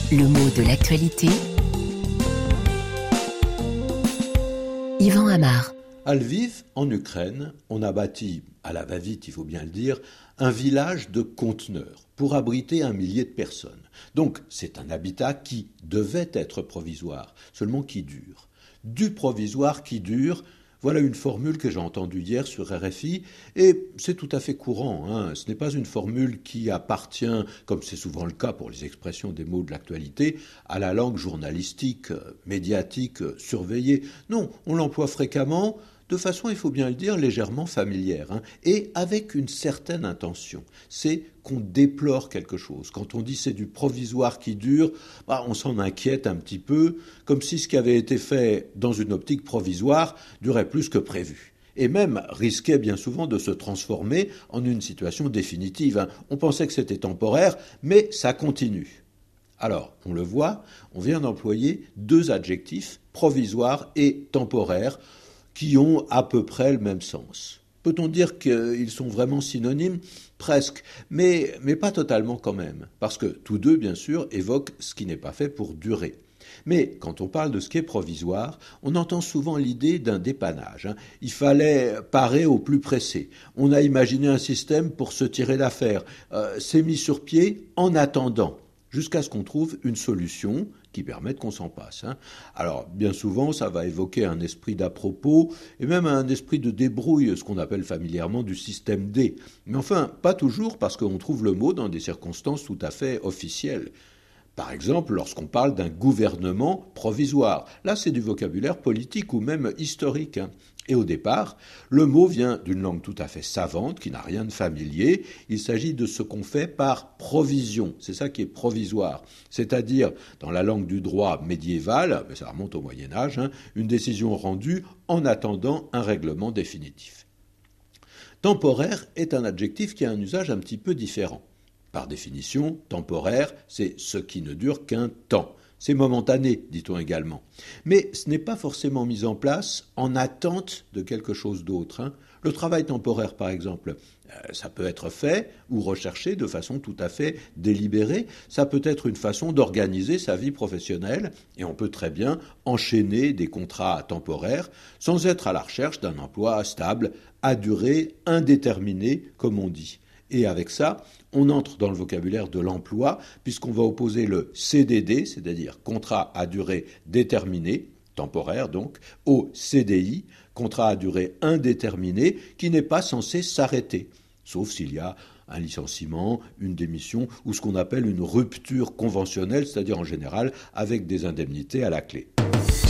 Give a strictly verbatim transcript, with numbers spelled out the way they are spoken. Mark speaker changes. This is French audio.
Speaker 1: Le mot de l'actualité. Yvan Amar.
Speaker 2: À Lviv, en Ukraine, on a bâti, à la va-vite, il faut bien le dire, un village de conteneurs pour abriter un millier de personnes. Donc, c'est un habitat qui devait être provisoire, seulement qui dure. Du provisoire qui dure, voilà une formule que j'ai entendue hier sur R F I, et c'est tout à fait courant. Hein. Ce n'est pas une formule qui appartient, comme c'est souvent le cas pour les expressions des mots de l'actualité, à la langue journalistique, médiatique, surveillée. Non, on l'emploie fréquemment, de façon, il faut bien le dire, légèrement familière, hein, et avec une certaine intention. C'est qu'on déplore quelque chose. Quand on dit c'est du provisoire qui dure, bah, on s'en inquiète un petit peu, comme si ce qui avait été fait dans une optique provisoire durait plus que prévu. Et même risquait bien souvent de se transformer en une situation définitive. Hein. On pensait que c'était temporaire, mais ça continue. Alors, on le voit, on vient d'employer deux adjectifs, provisoire et temporaire, qui ont à peu près le même sens. Peut-on dire qu'ils sont vraiment synonymes ? Presque, mais, mais pas totalement quand même, parce que tous deux, bien sûr, évoquent ce qui n'est pas fait pour durer. Mais quand on parle de ce qui est provisoire, on entend souvent l'idée d'un dépannage. Hein. Il fallait parer au plus pressé. On a imaginé un système pour se tirer d'affaire. Euh, c'est mis sur pied en attendant, jusqu'à ce qu'on trouve une solution qui permettent qu'on s'en passe. Hein. Alors, bien souvent, ça va évoquer un esprit d'à-propos et même un esprit de débrouille, ce qu'on appelle familièrement du système D. Mais enfin, pas toujours, parce qu'on trouve le mot dans des circonstances tout à fait officielles. Par exemple, lorsqu'on parle d'un gouvernement provisoire. Là, c'est du vocabulaire politique ou même historique. Hein. Et au départ, le mot vient d'une langue tout à fait savante, qui n'a rien de familier. Il s'agit de ce qu'on fait par provision. C'est ça qui est provisoire. C'est-à-dire, dans la langue du droit médiéval, mais ça remonte au Moyen-Âge, hein, une décision rendue en attendant un règlement définitif. Temporaire est un adjectif qui a un usage un petit peu différent. Par définition, temporaire, c'est ce qui ne dure qu'un temps. C'est momentané, dit-on également. Mais ce n'est pas forcément mis en place en attente de quelque chose d'autre. Hein. Le travail temporaire, par exemple, euh, ça peut être fait ou recherché de façon tout à fait délibérée. Ça peut être une façon d'organiser sa vie professionnelle et on peut très bien enchaîner des contrats temporaires sans être à la recherche d'un emploi stable à durée indéterminée, comme on dit. Et avec ça, on entre dans le vocabulaire de l'emploi, puisqu'on va opposer le C D D, c'est-à-dire contrat à durée déterminée, temporaire donc, au C D I, contrat à durée indéterminée, qui n'est pas censé s'arrêter, sauf s'il y a un licenciement, une démission ou ce qu'on appelle une rupture conventionnelle, c'est-à-dire en général avec des indemnités à la clé.